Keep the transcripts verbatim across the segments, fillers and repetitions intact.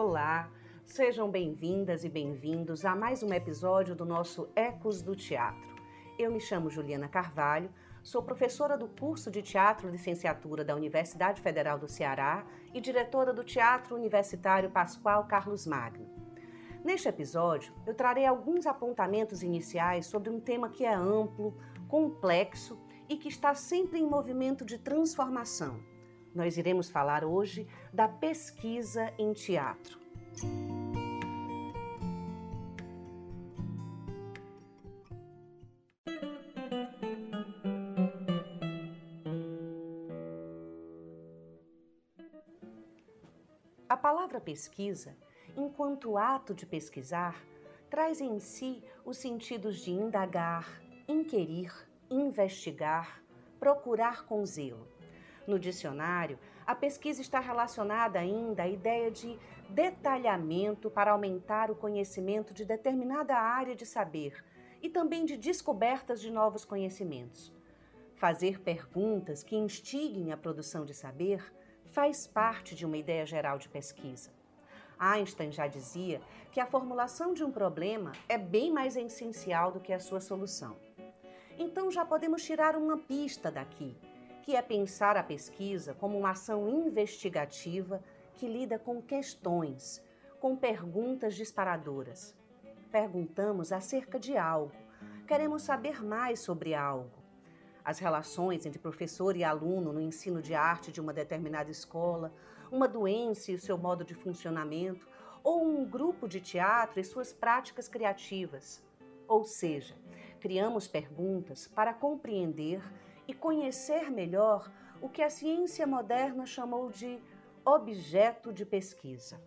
Olá, sejam bem-vindas e bem-vindos a mais um episódio do nosso Ecos do Teatro. Eu me chamo Juliana Carvalho, sou professora do curso de Teatro Licenciatura da Universidade Federal do Ceará e diretora do Teatro Universitário Pascoal Carlos Magno. Neste episódio, eu trarei alguns apontamentos iniciais sobre um tema que é amplo, complexo e que está sempre em movimento de transformação. Nós iremos falar hoje da pesquisa em teatro. A palavra pesquisa, enquanto ato de pesquisar, traz em si os sentidos de indagar, inquirir, investigar, procurar com zelo. No dicionário, a pesquisa está relacionada ainda à ideia de detalhamento para aumentar o conhecimento de determinada área de saber e também de descobertas de novos conhecimentos. Fazer perguntas que instiguem a produção de saber faz parte de uma ideia geral de pesquisa. Einstein já dizia que a formulação de um problema é bem mais essencial do que a sua solução. Então já podemos tirar uma pista daqui, que é pensar a pesquisa como uma ação investigativa que lida com questões, com perguntas disparadoras. Perguntamos acerca de algo, queremos saber mais sobre algo. As relações entre professor e aluno no ensino de arte de uma determinada escola, uma doença e o seu modo de funcionamento, ou um grupo de teatro e suas práticas criativas. Ou seja, criamos perguntas para compreender e conhecer melhor o que a ciência moderna chamou de objeto de pesquisa.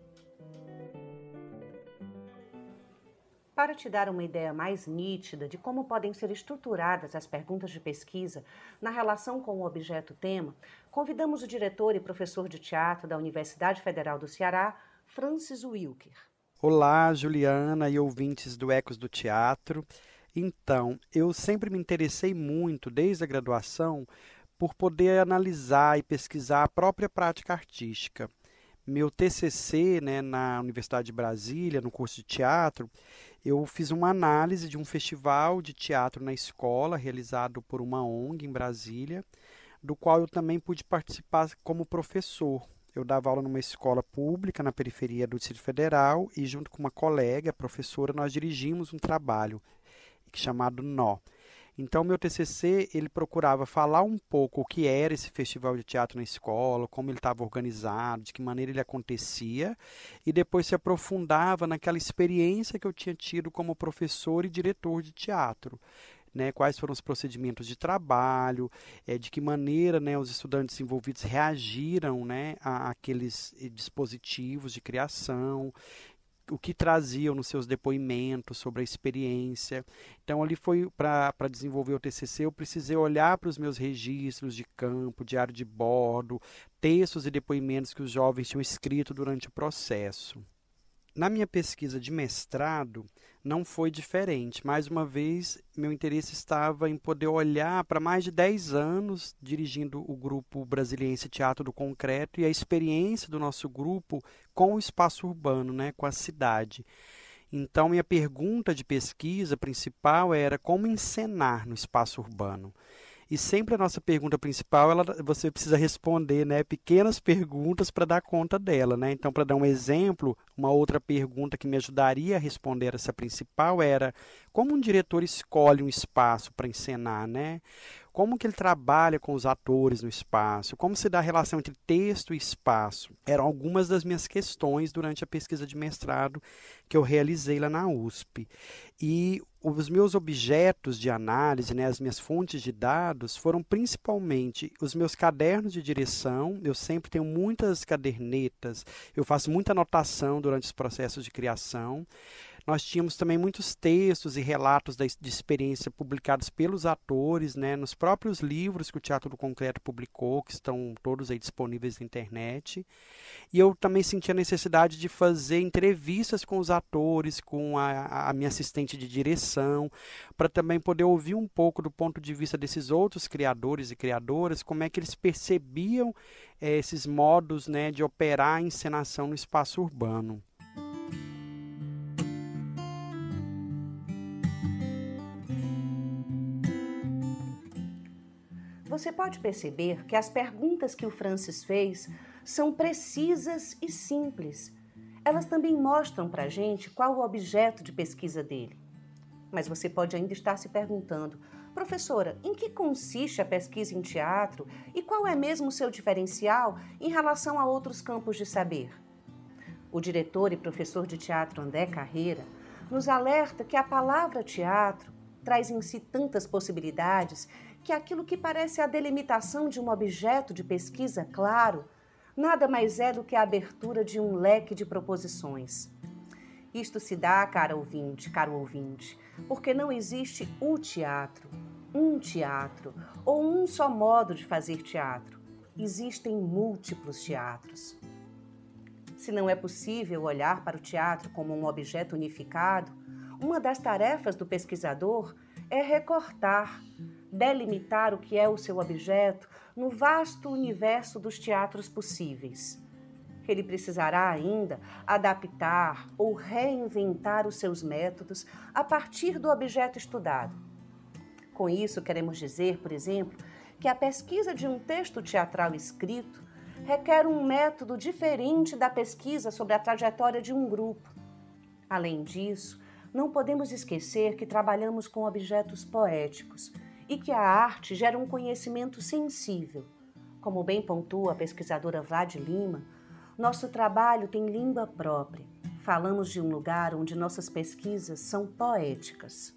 Para te dar uma ideia mais nítida de como podem ser estruturadas as perguntas de pesquisa na relação com o objeto-tema, convidamos o diretor e professor de teatro da Universidade Federal do Ceará, Francis Wilker. Olá, Juliana e ouvintes do Ecos do Teatro. Então, eu sempre me interessei muito, desde a graduação, por poder analisar e pesquisar a própria prática artística. Meu T C C, né, na Universidade de Brasília, no curso de teatro, eu fiz uma análise de um festival de teatro na escola, realizado por uma O N G em Brasília, do qual eu também pude participar como professor. Eu dava aula numa escola pública na periferia do Distrito Federal e, junto com uma colega, professora, nós dirigimos um trabalho chamado Nó. Então, meu T C C, ele procurava falar um pouco o que era esse festival de teatro na escola, como ele estava organizado, de que maneira ele acontecia, e depois se aprofundava naquela experiência que eu tinha tido como professor e diretor de teatro. Né, quais foram os procedimentos de trabalho, é, de que maneira, né, os estudantes envolvidos reagiram, né, a aqueles dispositivos de criação, o que traziam nos seus depoimentos sobre a experiência. Então, ali foi para desenvolver o T C C, eu precisei olhar para os meus registros de campo, diário de bordo, textos e depoimentos que os jovens tinham escrito durante o processo. Na minha pesquisa de mestrado, não foi diferente. Mais uma vez, meu interesse estava em poder olhar para mais de dez anos dirigindo o grupo Brasiliense Teatro do Concreto e a experiência do nosso grupo com o espaço urbano, né, com a cidade. Então, minha pergunta de pesquisa principal era como encenar no espaço urbano. E sempre a nossa pergunta principal, ela, você precisa responder, né, pequenas perguntas para dar conta dela, né? Então, para dar um exemplo, uma outra pergunta que me ajudaria a responder essa principal era como um diretor escolhe um espaço para encenar, né? Como que ele trabalha com os atores no espaço? Como se dá a relação entre texto e espaço? Eram algumas das minhas questões durante a pesquisa de mestrado que eu realizei lá na U S P. E os meus objetos de análise, né, as minhas fontes de dados, foram principalmente os meus cadernos de direção. Eu sempre tenho muitas cadernetas, eu faço muita anotação durante os processos de criação. Nós tínhamos também muitos textos e relatos da, de experiência publicados pelos atores, né, nos próprios livros que o Teatro do Concreto publicou, que estão todos aí disponíveis na internet. E eu também senti a necessidade de fazer entrevistas com os atores, com a, a minha assistente de direção, para também poder ouvir um pouco do ponto de vista desses outros criadores e criadoras, como é que eles percebiam eh, esses modos, né, de operar a encenação no espaço urbano. Você pode perceber que as perguntas que o Francis fez são precisas e simples. Elas também mostram para a gente qual o objeto de pesquisa dele. Mas você pode ainda estar se perguntando: professora, em que consiste a pesquisa em teatro e qual é mesmo o seu diferencial em relação a outros campos de saber? O diretor e professor de teatro André Carreira nos alerta que a palavra teatro traz em si tantas possibilidades que aquilo que parece a delimitação de um objeto de pesquisa claro, nada mais é do que a abertura de um leque de proposições. Isto se dá, cara ouvinte, caro ouvinte, porque não existe o teatro, um teatro ou um só modo de fazer teatro. Existem múltiplos teatros. Se não é possível olhar para o teatro como um objeto unificado, uma das tarefas do pesquisador é recortar, delimitar o que é o seu objeto no vasto universo dos teatros possíveis. Ele precisará ainda adaptar ou reinventar os seus métodos a partir do objeto estudado. Com isso, queremos dizer, por exemplo, que a pesquisa de um texto teatral escrito requer um método diferente da pesquisa sobre a trajetória de um grupo. Além disso, não podemos esquecer que trabalhamos com objetos poéticos e que a arte gera um conhecimento sensível. Como bem pontua a pesquisadora Vlad Lima, nosso trabalho tem língua própria. Falamos de um lugar onde nossas pesquisas são poéticas.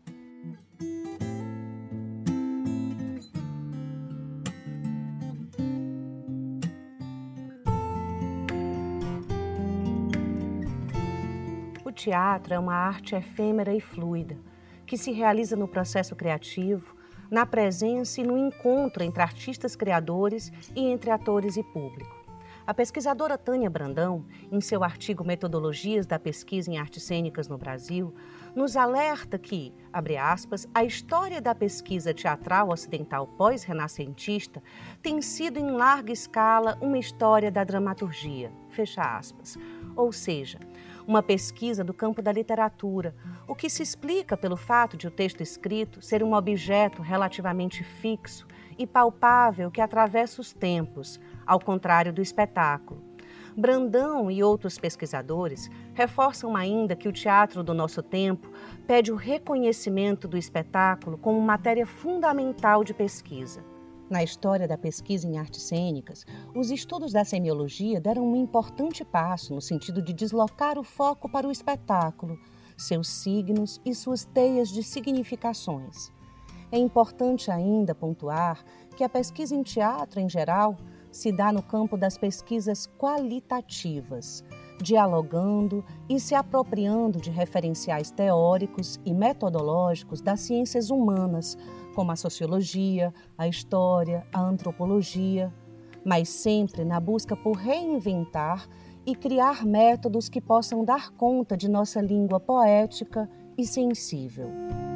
O teatro é uma arte efêmera e fluida, que se realiza no processo criativo, na presença e no encontro entre artistas criadores e entre atores e público. A pesquisadora Tânia Brandão, em seu artigo Metodologias da Pesquisa em Artes Cênicas no Brasil, nos alerta que, abre aspas, a história da pesquisa teatral ocidental pós-renascentista tem sido em larga escala uma história da dramaturgia, fecha aspas, ou seja, uma pesquisa do campo da literatura, o que se explica pelo fato de o texto escrito ser um objeto relativamente fixo e palpável que atravessa os tempos, ao contrário do espetáculo. Brandão e outros pesquisadores reforçam ainda que o teatro do nosso tempo pede o reconhecimento do espetáculo como matéria fundamental de pesquisa. Na história da pesquisa em artes cênicas, os estudos da semiologia deram um importante passo no sentido de deslocar o foco para o espetáculo, seus signos e suas teias de significações. É importante ainda pontuar que a pesquisa em teatro, em geral, se dá no campo das pesquisas qualitativas, dialogando e se apropriando de referenciais teóricos e metodológicos das ciências humanas, como a sociologia, a história, a antropologia, mas sempre na busca por reinventar e criar métodos que possam dar conta de nossa língua poética e sensível.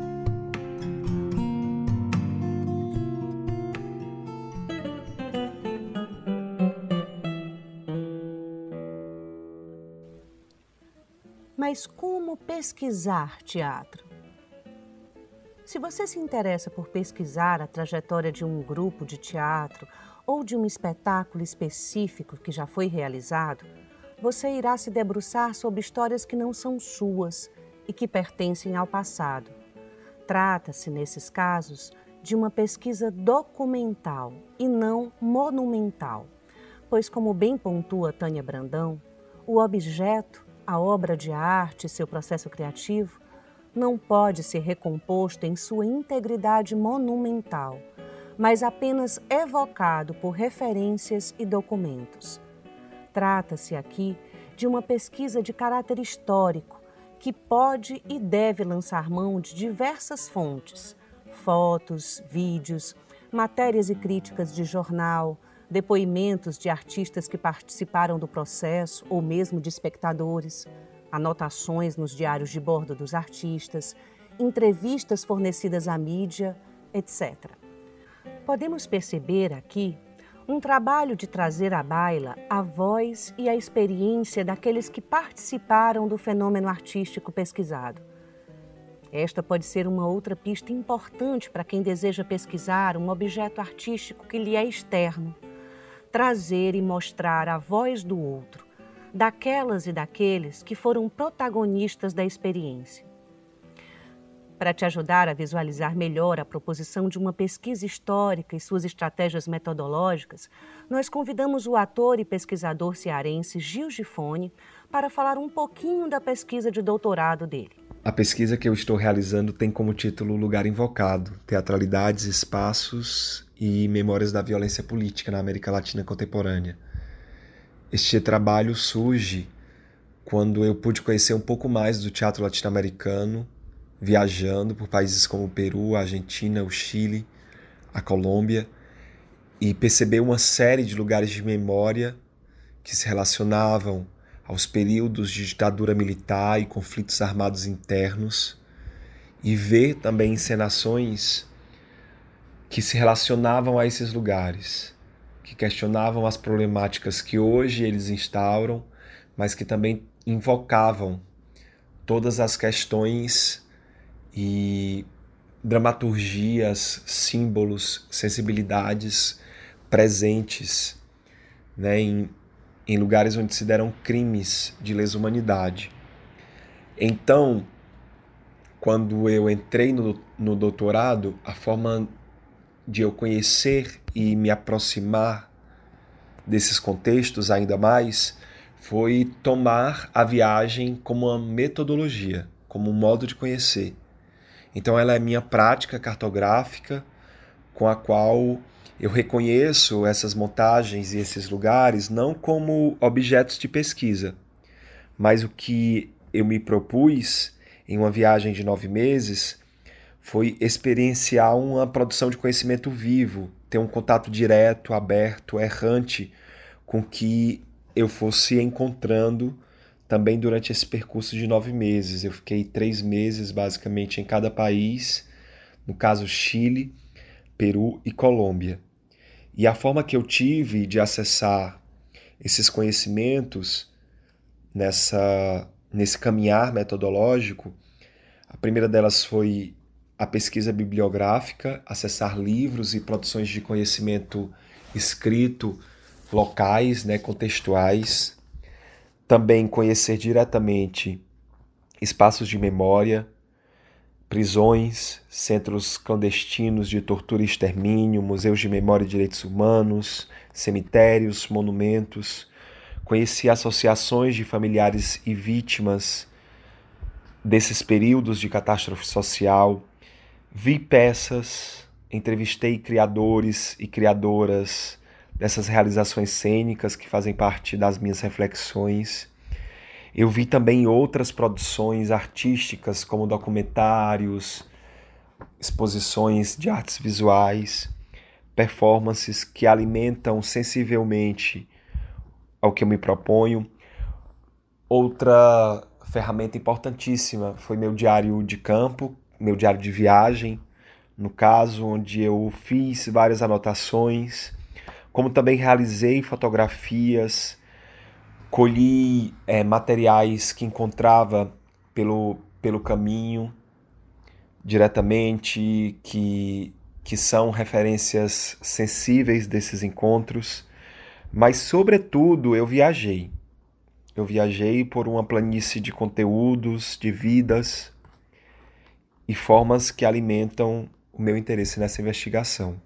Mas como pesquisar teatro? Se você se interessa por pesquisar a trajetória de um grupo de teatro ou de um espetáculo específico que já foi realizado, você irá se debruçar sobre histórias que não são suas e que pertencem ao passado. Trata-se, nesses casos, de uma pesquisa documental e não monumental, pois, como bem pontua Tânia Brandão, o objeto, a obra de arte e seu processo criativo não pode ser recomposto em sua integridade monumental, mas apenas evocado por referências e documentos. Trata-se aqui de uma pesquisa de caráter histórico que pode e deve lançar mão de diversas fontes, fotos, vídeos, matérias e críticas de jornal, depoimentos de artistas que participaram do processo ou mesmo de espectadores, anotações nos diários de bordo dos artistas, entrevistas fornecidas à mídia, etcétera. Podemos perceber aqui um trabalho de trazer à baila a voz e a experiência daqueles que participaram do fenômeno artístico pesquisado. Esta pode ser uma outra pista importante para quem deseja pesquisar um objeto artístico que lhe é externo. Trazer e mostrar a voz do outro, daquelas e daqueles que foram protagonistas da experiência. Para te ajudar a visualizar melhor a proposição de uma pesquisa histórica e suas estratégias metodológicas, nós convidamos o ator e pesquisador cearense Gil Gifone para falar um pouquinho da pesquisa de doutorado dele. A pesquisa que eu estou realizando tem como título Lugar Invocado, Teatralidades, Espaços e Memórias da Violência Política na América Latina Contemporânea. Este trabalho surge quando eu pude conhecer um pouco mais do teatro latino-americano, viajando por países como o Peru, a Argentina, o Chile, a Colômbia, e perceber uma série de lugares de memória que se relacionavam aos períodos de ditadura militar e conflitos armados internos, e ver também encenações que se relacionavam a esses lugares, que questionavam as problemáticas que hoje eles instauram, mas que também invocavam todas as questões e dramaturgias, símbolos, sensibilidades presentes, né, em, em lugares onde se deram crimes de lesa humanidade. Então, quando eu entrei no, no doutorado, a forma de eu conhecer e me aproximar desses contextos ainda mais foi tomar a viagem como uma metodologia, como um modo de conhecer. Então ela é minha prática cartográfica com a qual eu reconheço essas montagens e esses lugares não como objetos de pesquisa, mas o que eu me propus em uma viagem de nove meses foi experienciar uma produção de conhecimento vivo, ter um contato direto, aberto, errante, com que eu fosse encontrando também durante esse percurso de nove meses. Eu fiquei três meses, basicamente, em cada país, no caso Chile, Peru e Colômbia. E a forma que eu tive de acessar esses conhecimentos nessa, nesse caminhar metodológico, a primeira delas foi a pesquisa bibliográfica, acessar livros e produções de conhecimento escrito locais, né, contextuais. Também conhecer diretamente espaços de memória, prisões, centros clandestinos de tortura e extermínio, museus de memória e direitos humanos, cemitérios, monumentos. Conheci associações de familiares e vítimas desses períodos de catástrofe social. Vi peças, entrevistei criadores e criadoras dessas realizações cênicas que fazem parte das minhas reflexões. Eu vi também outras produções artísticas, como documentários, exposições de artes visuais, performances que alimentam sensivelmente ao que eu me proponho. Outra ferramenta importantíssima foi meu diário de campo, meu diário de viagem, no caso, onde eu fiz várias anotações, como também realizei fotografias, colhi é, materiais que encontrava pelo, pelo caminho diretamente, que, que são referências sensíveis desses encontros, mas, sobretudo, eu viajei. Eu viajei por uma planície de conteúdos, de vidas e formas que alimentam o meu interesse nessa investigação.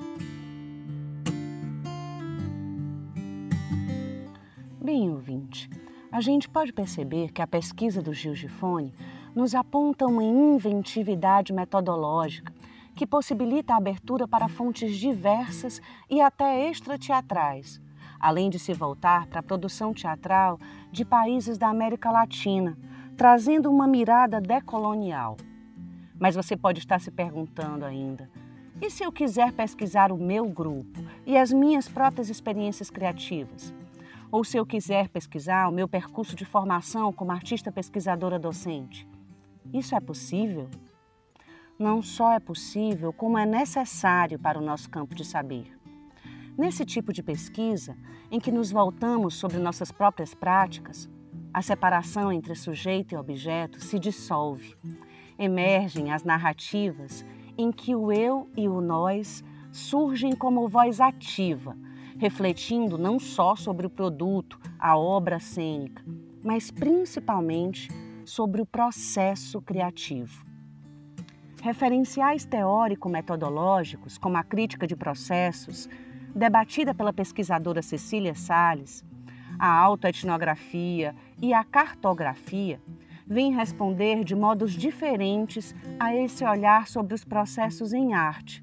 Bem, ouvinte, a gente pode perceber que a pesquisa do Gil Gifone nos aponta uma inventividade metodológica que possibilita a abertura para fontes diversas e até extrateatrais, além de se voltar para a produção teatral de países da América Latina, trazendo uma mirada decolonial. Mas você pode estar se perguntando ainda, e se eu quiser pesquisar o meu grupo e as minhas próprias experiências criativas? Ou se eu quiser pesquisar o meu percurso de formação como artista pesquisadora docente? Isso é possível? Não só é possível, como é necessário para o nosso campo de saber. Nesse tipo de pesquisa, em que nos voltamos sobre nossas próprias práticas, a separação entre sujeito e objeto se dissolve emergem as narrativas em que o eu e o nós surgem como voz ativa, refletindo não só sobre o produto, a obra cênica, mas principalmente sobre o processo criativo. Referenciais teórico-metodológicos, como a crítica de processos, debatida pela pesquisadora Cecília Salles, a autoetnografia e a cartografia, vêm responder de modos diferentes a esse olhar sobre os processos em arte.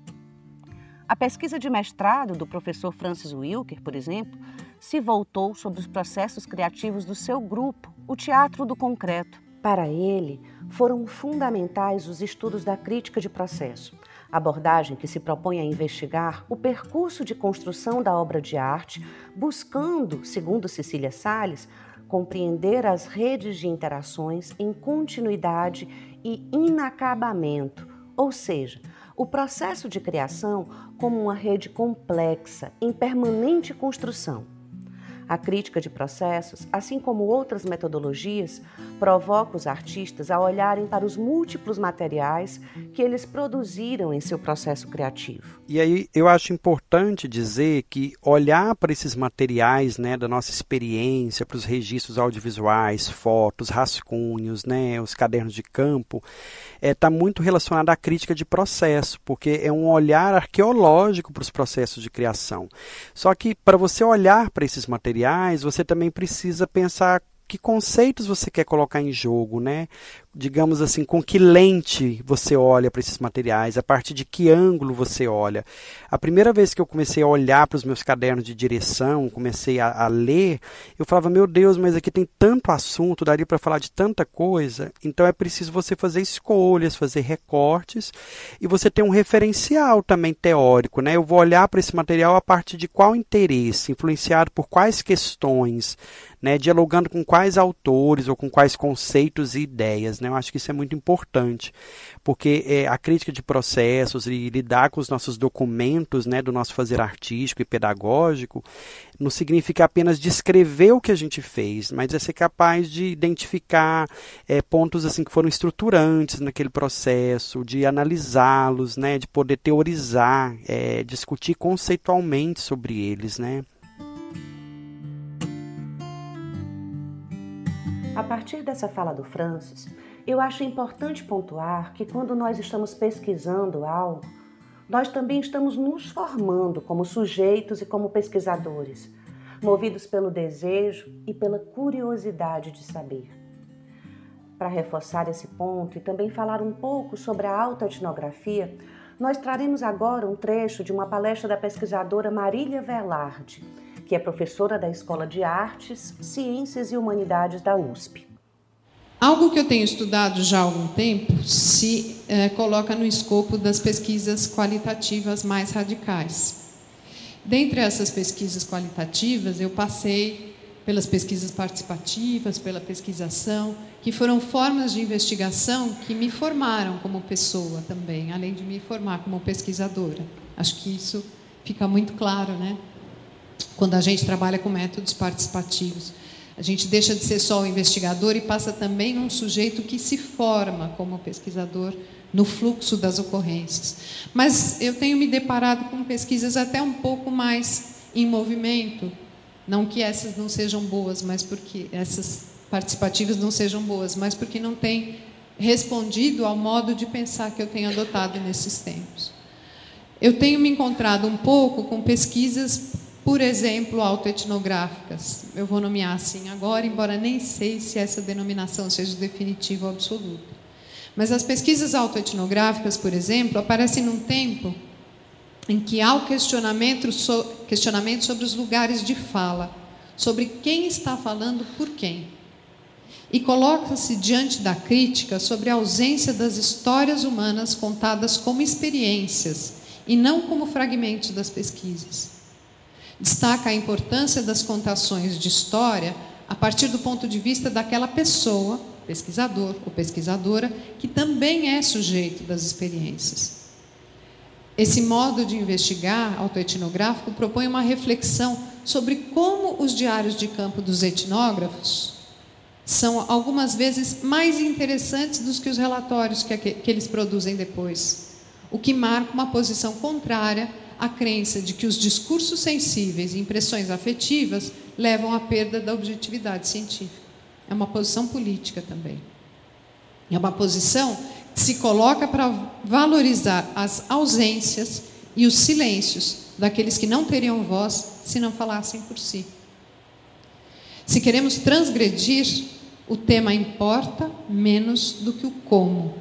A pesquisa de mestrado do professor Francis Wilker, por exemplo, se voltou sobre os processos criativos do seu grupo, o Teatro do Concreto. Para ele, foram fundamentais os estudos da crítica de processo, abordagem que se propõe a investigar o percurso de construção da obra de arte, buscando, segundo Cecília Salles, compreender as redes de interações em continuidade e inacabamento, ou seja, o processo de criação como uma rede complexa, em permanente construção. A crítica de processos, assim como outras metodologias, provoca os artistas a olharem para os múltiplos materiais que eles produziram em seu processo criativo. E aí eu acho importante dizer que olhar para esses materiais, né, da nossa experiência, para os registros audiovisuais, fotos, rascunhos, né, os cadernos de campo, está é, muito relacionado à crítica de processo, porque é um olhar arqueológico para os processos de criação. Só que para você olhar para esses materiais, você também precisa pensar que conceitos você quer colocar em jogo, né? Digamos assim, com que lente você olha para esses materiais, a partir de que ângulo você olha. A primeira vez que eu comecei a olhar para os meus cadernos de direção, comecei a, a ler, eu falava, meu Deus, mas aqui tem tanto assunto, daria para falar de tanta coisa. Então é preciso você fazer escolhas, fazer recortes e você ter um referencial também teórico, né? Eu vou olhar para esse material a partir de qual interesse, influenciado por quais questões, né? Dialogando com quais autores ou com quais conceitos e ideias, né? Eu acho que isso é muito importante, porque é, a crítica de processos e lidar com os nossos documentos, né, do nosso fazer artístico e pedagógico não significa apenas descrever o que a gente fez, mas é ser capaz de identificar é, pontos assim que foram estruturantes naquele processo, de analisá-los, né, de poder teorizar, é, discutir conceitualmente sobre eles, né? A partir dessa fala do Francis, eu acho importante pontuar que quando nós estamos pesquisando algo, nós também estamos nos formando como sujeitos e como pesquisadores, movidos pelo desejo e pela curiosidade de saber. Para reforçar esse ponto e também falar um pouco sobre a autoetnografia, nós traremos agora um trecho de uma palestra da pesquisadora Marília Velarde, que é professora da Escola de Artes, Ciências e Humanidades da U S P. Algo que eu tenho estudado já há algum tempo se é, coloca no escopo das pesquisas qualitativas mais radicais. Dentre essas pesquisas qualitativas, eu passei pelas pesquisas participativas, pela pesquisação, que foram formas de investigação que me formaram como pessoa também, além de me formar como pesquisadora. Acho que isso fica muito claro, né? Quando a gente trabalha com métodos participativos. A gente deixa de ser só o investigador e passa também um sujeito que se forma como pesquisador no fluxo das ocorrências. Mas eu tenho me deparado com pesquisas até um pouco mais em movimento, não que essas não sejam boas, mas porque essas participativas não sejam boas, mas porque não têm respondido ao modo de pensar que eu tenho adotado nesses tempos. Eu tenho me encontrado um pouco com pesquisas, por exemplo, autoetnográficas. Eu vou nomear assim agora, embora nem sei se essa denominação seja definitiva ou absoluta. Mas as pesquisas autoetnográficas, por exemplo, aparecem num tempo em que há o questionamento, so, questionamento sobre os lugares de fala, sobre quem está falando por quem. E coloca-se diante da crítica sobre a ausência das histórias humanas contadas como experiências e não como fragmentos das pesquisas. Destaca a importância das contações de história a partir do ponto de vista daquela pessoa, pesquisador ou pesquisadora, que também é sujeito das experiências. Esse modo de investigar autoetnográfico propõe uma reflexão sobre como os diários de campo dos etnógrafos são algumas vezes mais interessantes do que os relatórios que, que eles produzem depois, o que marca uma posição contrária à crença de que os discursos sensíveis e impressões afetivas levam à perda da objetividade científica. É uma posição política também. É uma posição que se coloca para valorizar as ausências e os silêncios daqueles que não teriam voz se não falassem por si. Se queremos transgredir, o tema importa menos do que o como.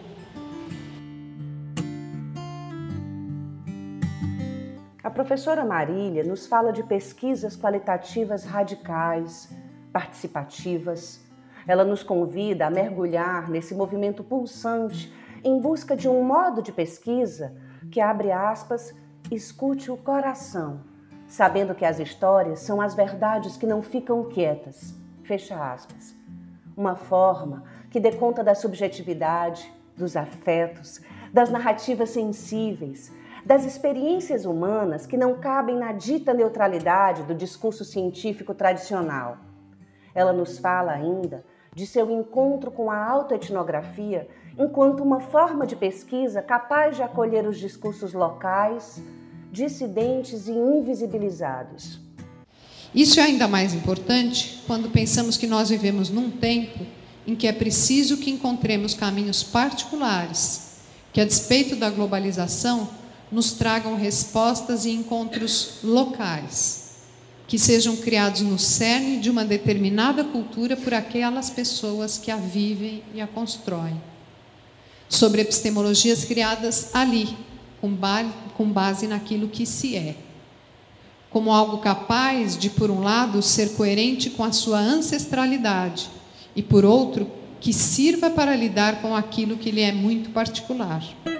A professora Marília nos fala de pesquisas qualitativas radicais, participativas. Ela nos convida a mergulhar nesse movimento pulsante em busca de um modo de pesquisa que, abre aspas, escute o coração, sabendo que as histórias são as verdades que não ficam quietas, fecha aspas. Uma forma que dê conta da subjetividade, dos afetos, das narrativas sensíveis, das experiências humanas que não cabem na dita neutralidade do discurso científico tradicional. Ela nos fala ainda de seu encontro com a autoetnografia enquanto uma forma de pesquisa capaz de acolher os discursos locais, dissidentes e invisibilizados. Isso é ainda mais importante quando pensamos que nós vivemos num tempo em que é preciso que encontremos caminhos particulares, que, a despeito da globalização, nos tragam respostas e encontros locais, que sejam criados no cerne de uma determinada cultura por aquelas pessoas que a vivem e a constroem, sobre epistemologias criadas ali, com, ba- com base naquilo que se é, como algo capaz de, por um lado, ser coerente com a sua ancestralidade e, por outro, que sirva para lidar com aquilo que lhe é muito particular.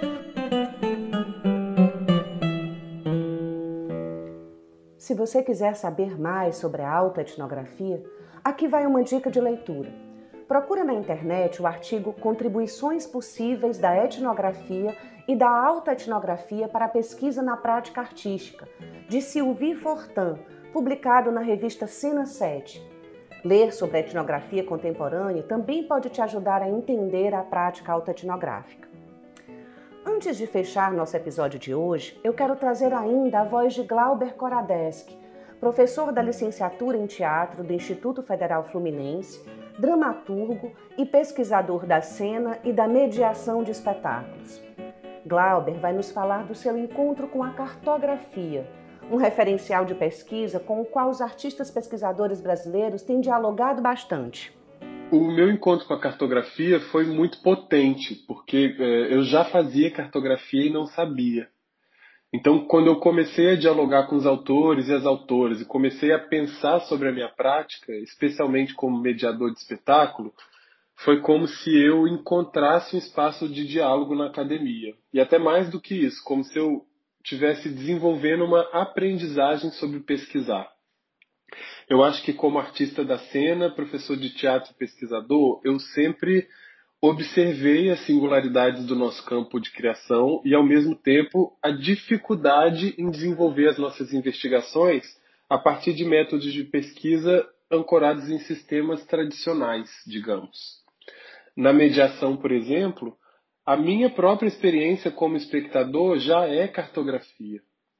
Se você quiser saber mais sobre a autoetnografia, aqui vai uma dica de leitura. Procura na internet o artigo Contribuições Possíveis da Etnografia e da Autoetnografia para a Pesquisa na Prática Artística, de Sylvie Fortin, publicado na revista Cena sete. Ler sobre a etnografia contemporânea também pode te ajudar a entender a prática autoetnográfica. Antes de fechar nosso episódio de hoje, eu quero trazer ainda a voz de Glauber Koradeski, professor da licenciatura em teatro do Instituto Federal Fluminense, dramaturgo e pesquisador da cena e da mediação de espetáculos. Glauber vai nos falar do seu encontro com a cartografia, um referencial de pesquisa com o qual os artistas pesquisadores brasileiros têm dialogado bastante. O meu encontro com a cartografia foi muito potente, porque é, eu já fazia cartografia e não sabia. Então, quando eu comecei a dialogar com os autores e as autoras e comecei a pensar sobre a minha prática, especialmente como mediador de espetáculo, foi como se eu encontrasse um espaço de diálogo na academia. E até mais do que isso, como se eu estivesse desenvolvendo uma aprendizagem sobre pesquisar. Eu acho que como artista da cena, professor de teatro e pesquisador, eu sempre observei as singularidades do nosso campo de criação e, ao mesmo tempo, a dificuldade em desenvolver as nossas investigações a partir de métodos de pesquisa ancorados em sistemas tradicionais, digamos. Na mediação, por exemplo, a minha própria experiência como espectador já é cartografia.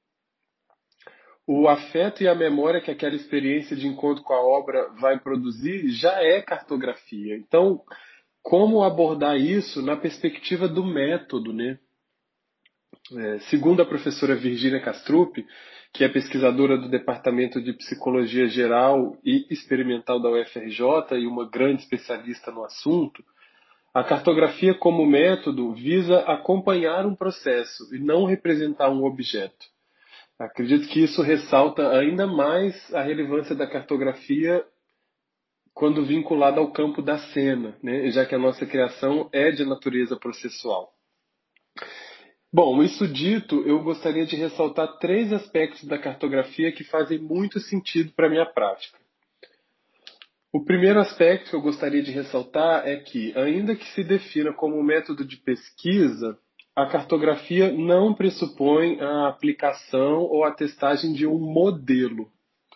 O afeto e a memória que aquela experiência de encontro com a obra vai produzir já é cartografia. Então, como abordar isso na perspectiva do método, né? É, segundo a professora Virginia Castrup, que é pesquisadora do Departamento de Psicologia Geral e Experimental da U F R J e uma grande especialista no assunto, a cartografia como método visa acompanhar um processo e não representar um objeto. Acredito que isso ressalta ainda mais a relevância da cartografia quando vinculada ao campo da cena, né? Já que a nossa criação é de natureza processual. Bom, isso dito, eu gostaria de ressaltar três aspectos da cartografia que fazem muito sentido para a minha prática. O primeiro aspecto que eu gostaria de ressaltar é que, ainda que se defina como um método de pesquisa, a cartografia não pressupõe a aplicação ou a testagem de um modelo.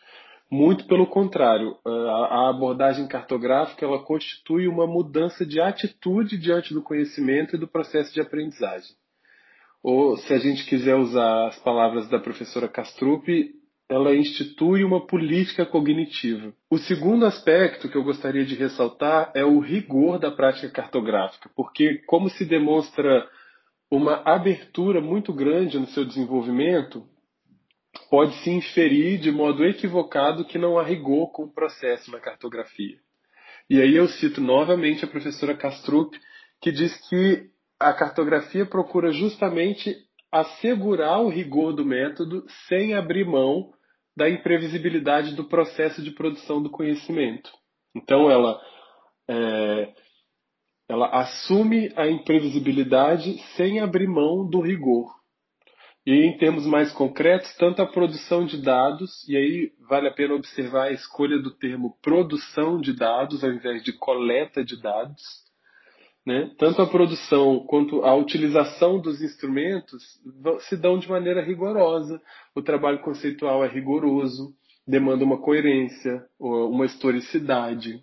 Muito pelo contrário, a abordagem cartográfica ela constitui uma mudança de atitude diante do conhecimento e do processo de aprendizagem. Ou, se a gente quiser usar as palavras da professora Kastrup, ela institui uma política cognitiva. O segundo aspecto que eu gostaria de ressaltar é o rigor da prática cartográfica, porque como se demonstra uma abertura muito grande no seu desenvolvimento, pode-se inferir de modo equivocado que não há rigor com o processo na cartografia. E aí eu cito novamente a professora Kastrup, que diz que a cartografia procura justamente assegurar o rigor do método sem abrir mão da imprevisibilidade do processo de produção do conhecimento. Então ela, é, ela assume a imprevisibilidade sem abrir mão do rigor. E em termos mais concretos, tanto a produção de dados, e aí vale a pena observar a escolha do termo produção de dados ao invés de coleta de dados, né? Tanto a produção quanto a utilização dos instrumentos se dão de maneira rigorosa. O trabalho conceitual é rigoroso, demanda uma coerência, uma historicidade.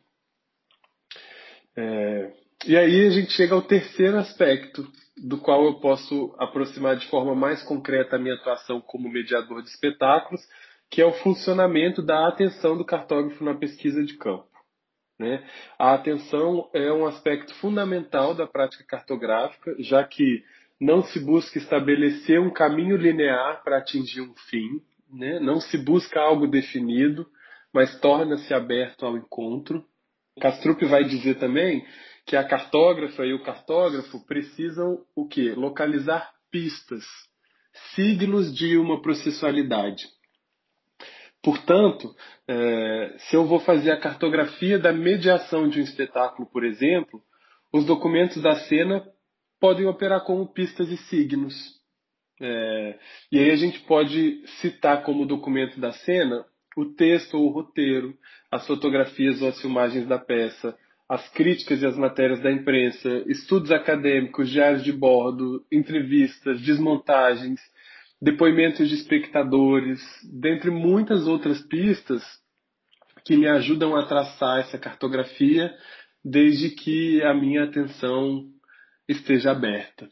É... E aí a gente chega ao terceiro aspecto, do qual eu posso aproximar de forma mais concreta a minha atuação como mediador de espetáculos, que é o funcionamento da atenção do cartógrafo na pesquisa de campo. Né? A atenção é um aspecto fundamental da prática cartográfica, já que não se busca estabelecer um caminho linear para atingir um fim, né? Não se busca algo definido, mas torna-se aberto ao encontro. Kastrup vai dizer também que a cartógrafa e o cartógrafo precisam o quê? Localizar pistas, signos de uma processualidade. Portanto, é, se eu vou fazer a cartografia da mediação de um espetáculo, por exemplo, os documentos da cena podem operar como pistas e signos. É, e aí a gente pode citar como documento da cena o texto ou o roteiro, as fotografias ou as filmagens da peça, as críticas e as matérias da imprensa, estudos acadêmicos, diários de bordo, entrevistas, desmontagens, depoimentos de espectadores, dentre muitas outras pistas que me ajudam a traçar essa cartografia desde que a minha atenção esteja aberta.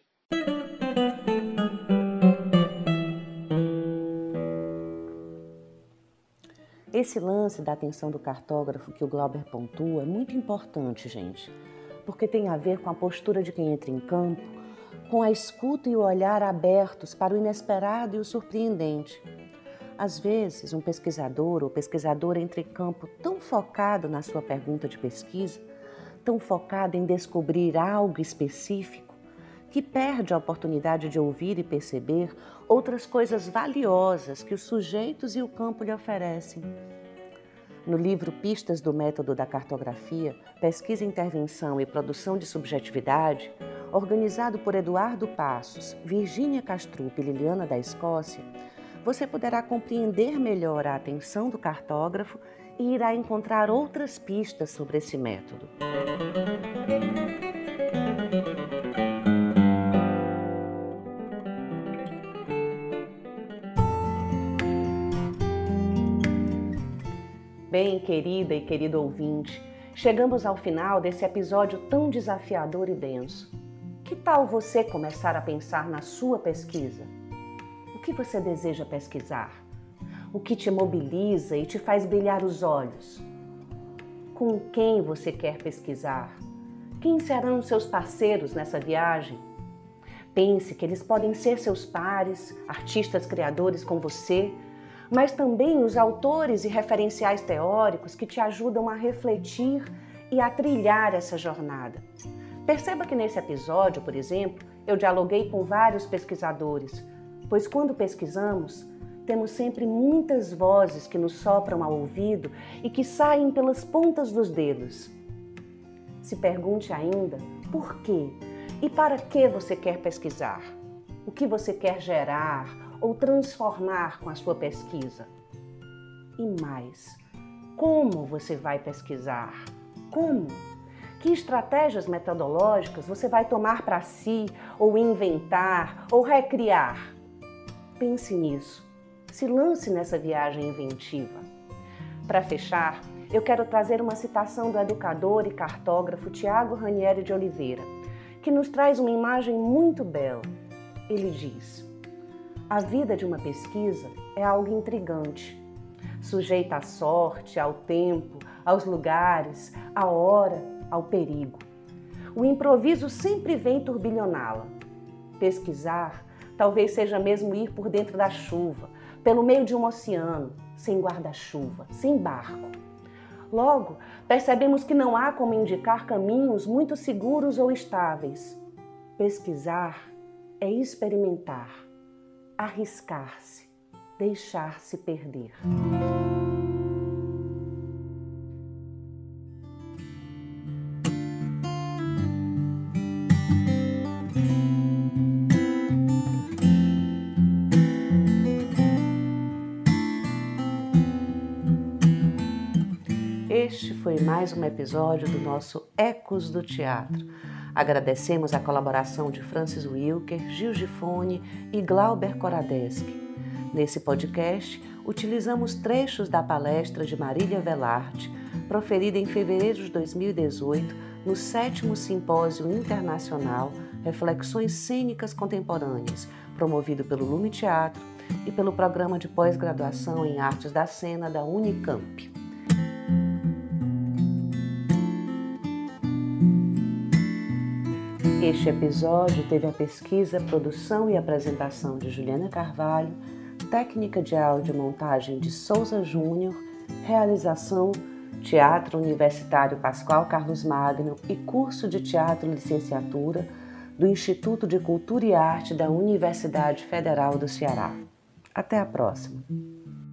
Esse lance da atenção do cartógrafo que o Glauber pontua é muito importante, gente, porque tem a ver com a postura de quem entra em campo, com a escuta e o olhar abertos para o inesperado e o surpreendente. Às vezes, um pesquisador ou pesquisadora entra em campo tão focado na sua pergunta de pesquisa, tão focado em descobrir algo específico, que perde a oportunidade de ouvir e perceber outras coisas valiosas que os sujeitos e o campo lhe oferecem. No livro Pistas do Método da Cartografia, Pesquisa, Intervenção e Produção de Subjetividade, organizado por Eduardo Passos, Virgínia Kastrup e Liliana da Escócia, você poderá compreender melhor a atenção do cartógrafo e irá encontrar outras pistas sobre esse método. Bem, querida e querido ouvinte, chegamos ao final desse episódio tão desafiador e denso. Que tal você começar a pensar na sua pesquisa? O que você deseja pesquisar? O que te mobiliza e te faz brilhar os olhos? Com quem você quer pesquisar? Quem serão seus parceiros nessa viagem? Pense que eles podem ser seus pares, artistas criadores com você, mas também os autores e referenciais teóricos que te ajudam a refletir e a trilhar essa jornada. Perceba que nesse episódio, por exemplo, eu dialoguei com vários pesquisadores, pois quando pesquisamos, temos sempre muitas vozes que nos sopram ao ouvido e que saem pelas pontas dos dedos. Se pergunte ainda por quê e para que você quer pesquisar, o que você quer gerar ou transformar com a sua pesquisa. E mais, como você vai pesquisar? Como? Que estratégias metodológicas você vai tomar para si, ou inventar, ou recriar? Pense nisso. Se lance nessa viagem inventiva. Para fechar, eu quero trazer uma citação do educador e cartógrafo Tiago Ranieri de Oliveira, que nos traz uma imagem muito bela. Ele diz: a vida de uma pesquisa é algo intrigante, sujeita à sorte, ao tempo, aos lugares, à hora, ao perigo. O improviso sempre vem turbilhoná-la. Pesquisar talvez seja mesmo ir por dentro da chuva, pelo meio de um oceano, sem guarda-chuva, sem barco. Logo, percebemos que não há como indicar caminhos muito seguros ou estáveis. Pesquisar é experimentar, arriscar-se, deixar-se perder. Este foi mais um episódio do nosso Ecos do Teatro. Agradecemos a colaboração de Francis Wilker, Gil Gifone e Glauber Koradeski. Nesse podcast, utilizamos trechos da palestra de Marília Velarte, proferida em fevereiro de dois mil e dezoito no sétimo Simpósio Internacional Reflexões Cênicas Contemporâneas, promovido pelo Lume Teatro e pelo Programa de Pós-Graduação em Artes da Cena da Unicamp. Este episódio teve a pesquisa, produção e apresentação de Juliana Carvalho, técnica de áudio e montagem de Souza Júnior, realização Teatro Universitário Pascoal Carlos Magno e curso de Teatro Licenciatura do Instituto de Cultura e Arte da Universidade Federal do Ceará. Até a próxima!